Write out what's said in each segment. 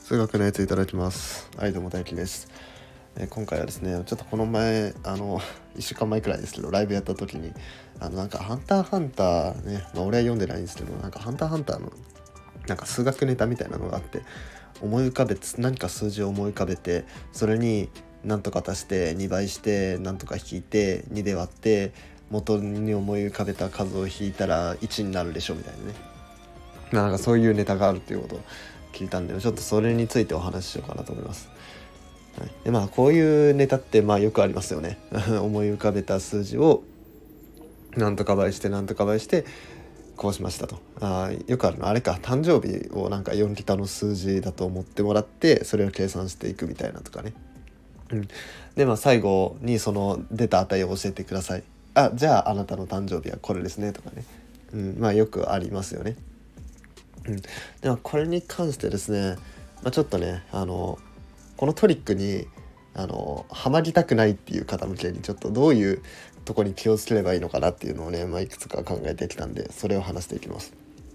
数学のやついただきます。はい、どうも大輝です。今回はですね、ちょっとこの前1週間前くらいですけどライブやった時になんかハンターハンターね、俺は読んでないんですけど、なんかハンターハンターのなんか数学ネタみたいなのがあって、何か数字を思い浮かべて、それに何とか足して2倍して何とか引いて2で割って元に思い浮かべた数を引いたら1になるでしょみたいなね、なんかそういうネタがあるっていうことを聞いたんで、ちょっとそれについてお話ししようかなと思います。はい、でこういうネタってよくありますよね思い浮かべた数字をなんとか倍してなんとか倍してこうしましたと。よくあるのあれか、誕生日をなんか4桁の数字だと思ってもらってそれを計算していくみたいなとかね。で最後にその出た値を教えてください。じゃああなたの誕生日はこれですねとかね。よくありますよね。ではこれに関してですね、ちょっとねこのトリックにハマりたくないっていう方向けにちょっとどういうとこに気をつければいいのかなっていうのをね、いくつか考えてきたんで、それを話していきます。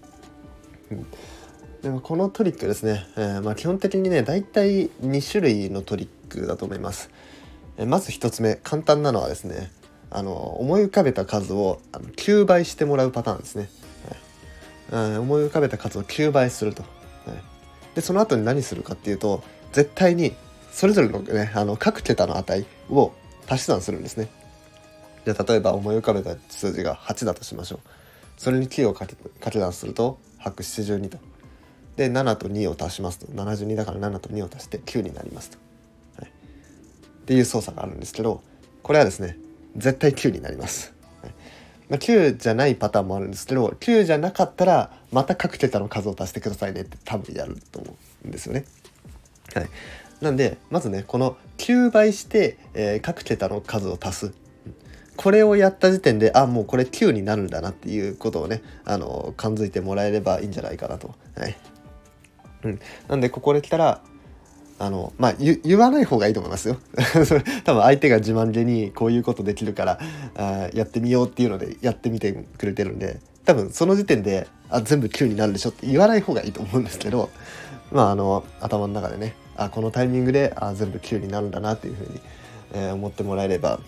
でこのトリックですね、基本的にねだいたい2種類のトリックだと思います。まず1つ目、簡単なのはですね、思い浮かべた数を9倍してもらうパターンですね。思い浮かべた数を9倍すると。でその後に何するかっていうと、絶対にそれぞれのね各桁の値を足し算するんですね。じゃあ例えば思い浮かべた数字が8だとしましょう。それに9を掛け算すると872と。で7と2を足しますと72だから7と2を足して9になりますと。っていう操作があるんですけど、これはですね絶対9になります。9じゃないパターンもあるんですけど、9じゃなかったらまた各桁の数を足してくださいねって多分やると思うんですよね。なんでまずねこの9倍して、各桁の数を足す、これをやった時点でもうこれ9になるんだなっていうことをね感づいてもらえればいいんじゃないかなと。なんでここで来たら言わない方がいいと思いますよ多分相手が自慢げにこういうことできるからやってみようっていうのでやってみてくれてるんで、多分その時点で全部9になるでしょって言わない方がいいと思うんですけど、頭の中でねこのタイミングで全部9になるんだなっていうふうに、思ってもらえれば、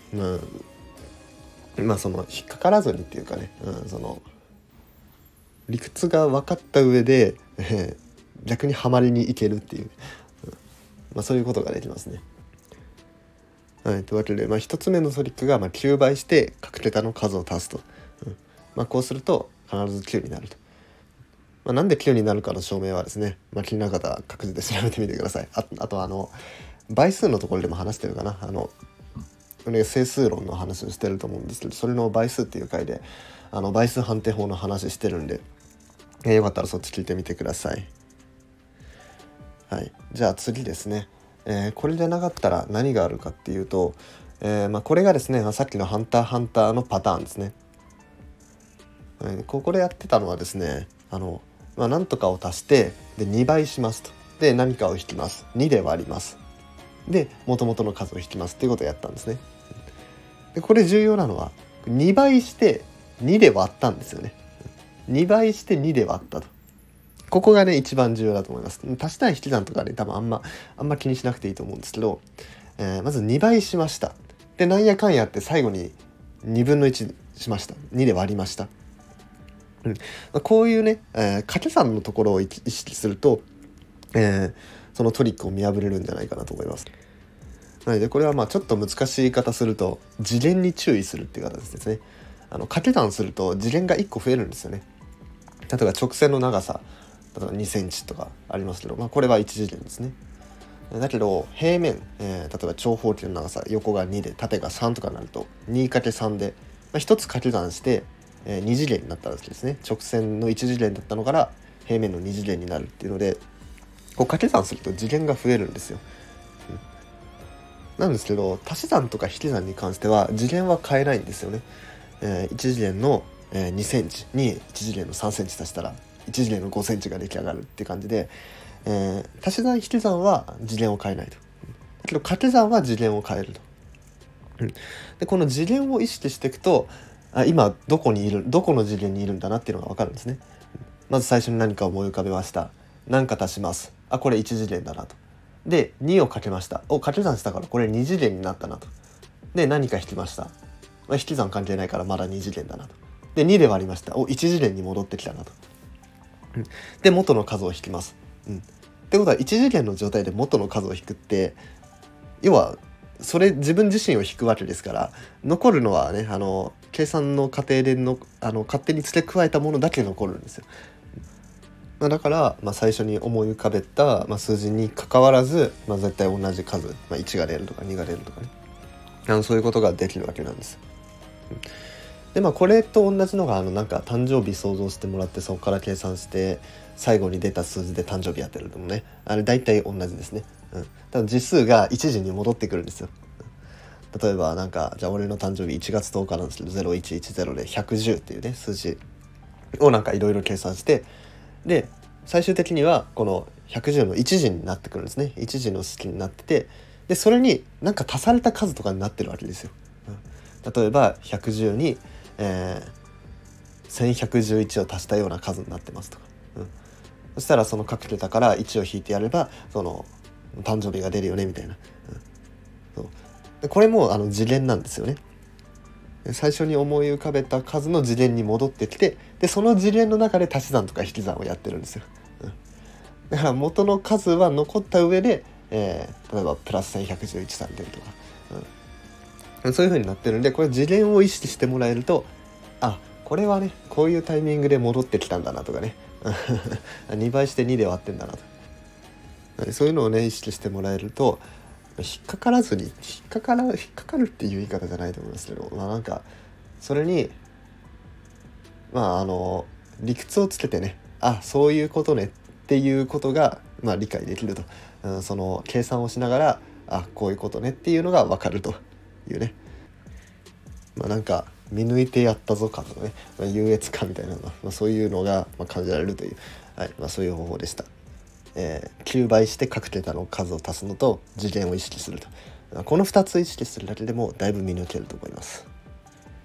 その引っかからずにっていうかね、その理屈が分かった上で、逆にはまりにいけるっていう、そういうことができますね。というわけで、1つ目のトリックが9倍して各桁の数を足すと。こうすると必ず9になると。なんで9になるかの証明はですね、気になる方は各自で調べてみてください。あと倍数のところでも話してるかな。整数論の話をしてると思うんですけど、それの倍数っていう回で倍数判定法の話してるんで、よかったらそっち聞いてみてください。じゃあ次ですね、これじゃなかったら何があるかっていうと、これがですね、さっきのハンターハンターのパターンですね。ここでやってたのはですね、なんとかを足してで2倍しますと。で何かを引きます。2で割ります。で元々の数を引きますっていうことをやったんですね。でこれ重要なのは2倍して2で割ったんですよね。2倍して2で割ったと。ここがね一番重要だと思います。足し算引き算とかね多分あんま気にしなくていいと思うんですけど、まず2倍しました。でなんやかんやって最後に2分の1しました。2で割りました。こういうね、掛け算のところを意識すると、そのトリックを見破れるんじゃないかなと思います。でこれはちょっと難しい言い方すると次元に注意するっていう形ですね。掛け算すると次元が1個増えるんですよね。例えば直線の長さ、例えば2センチとかありますけど、これは1次元ですね。だけど平面、例えば長方形の長さ横が2で縦が3とかになると 2×3 で、1つ掛け算して2次元になったわけですね。直線の1次元だったのから平面の2次元になるっていうので、掛け算すると次元が増えるんですよ。なんですけど足し算とか引き算に関しては次元は変えないんですよね。1次元の2センチに1次元の3センチ足したら1次元の5センチが出来上がるって感じで、足し算引き算は次元を変えないと。だけど掛け算は次元を変えると。でこの次元を意識していくと今どこの次元にいるんだなっていうのが分かるんですね。まず最初に何か思い浮かべました。何か足します。 あこれ1次元だなと。で2をかけました。掛け算したからこれ2次元になったなと。で何か引きました。引き算関係ないからまだ2次元だなと。で2で割りました。1次元に戻ってきたなと。で元の数を引きます。ってことは1次元の状態で元の数を引くって、要はそれ自分自身を引くわけですから、残るのはね計算の過程で勝手に付け加えたものだけ残るんですよ。だから、最初に思い浮かべた、数字に関わらず、絶対同じ数、1が出るとか2が出るとかね、そういうことができるわけなんです。でこれと同じのがなんか誕生日想像してもらって、そこから計算して最後に出た数字で誕生日当てるのもね、あれ大体同じですね。ただ実数が1時に戻ってくるんですよ。例えばなんかじゃあ俺の誕生日1月10日なんですけど、0110で110っていうね数字をなんかいろいろ計算して、で最終的にはこの110の1時になってくるんですね。1時の式になってて、でそれになんか足された数とかになってるわけですよ。例えば110に、1111を足したような数になってますとか、そしたらそのかけたから1を引いてやればその誕生日が出るよねみたいな、そうでこれも次元なんですよね。最初に思い浮かべた数の次元に戻ってきて、でその次元の中で足し算とか引き算をやってるんですよ。だから元の数は残った上で、例えばプラス1111さん出るとか、そういう風になってるんで、これ次元を意識してもらえると、あこれはねこういうタイミングで戻ってきたんだなとかね2倍して2で割ってんだなと、そういうのをね意識してもらえると、引っかからずに引っかかるっていう言い方じゃないと思いますけど、なんかそれに理屈をつけてね、そういうことねっていうことが理解できると、その計算をしながらこういうことねっていうのが分かるというね、なんか見抜いてやったぞ感とかね、優越感みたいなの、そういうのが感じられるという、そういう方法でした。9倍して各桁の数を足すのと次元を意識すると、この2つ意識するだけでもだいぶ見抜けると思います。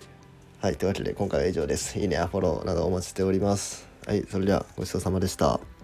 はい、というわけで今回は以上です。いいねやフォローなどお待ちしております。はい、それではごちそうさまでした。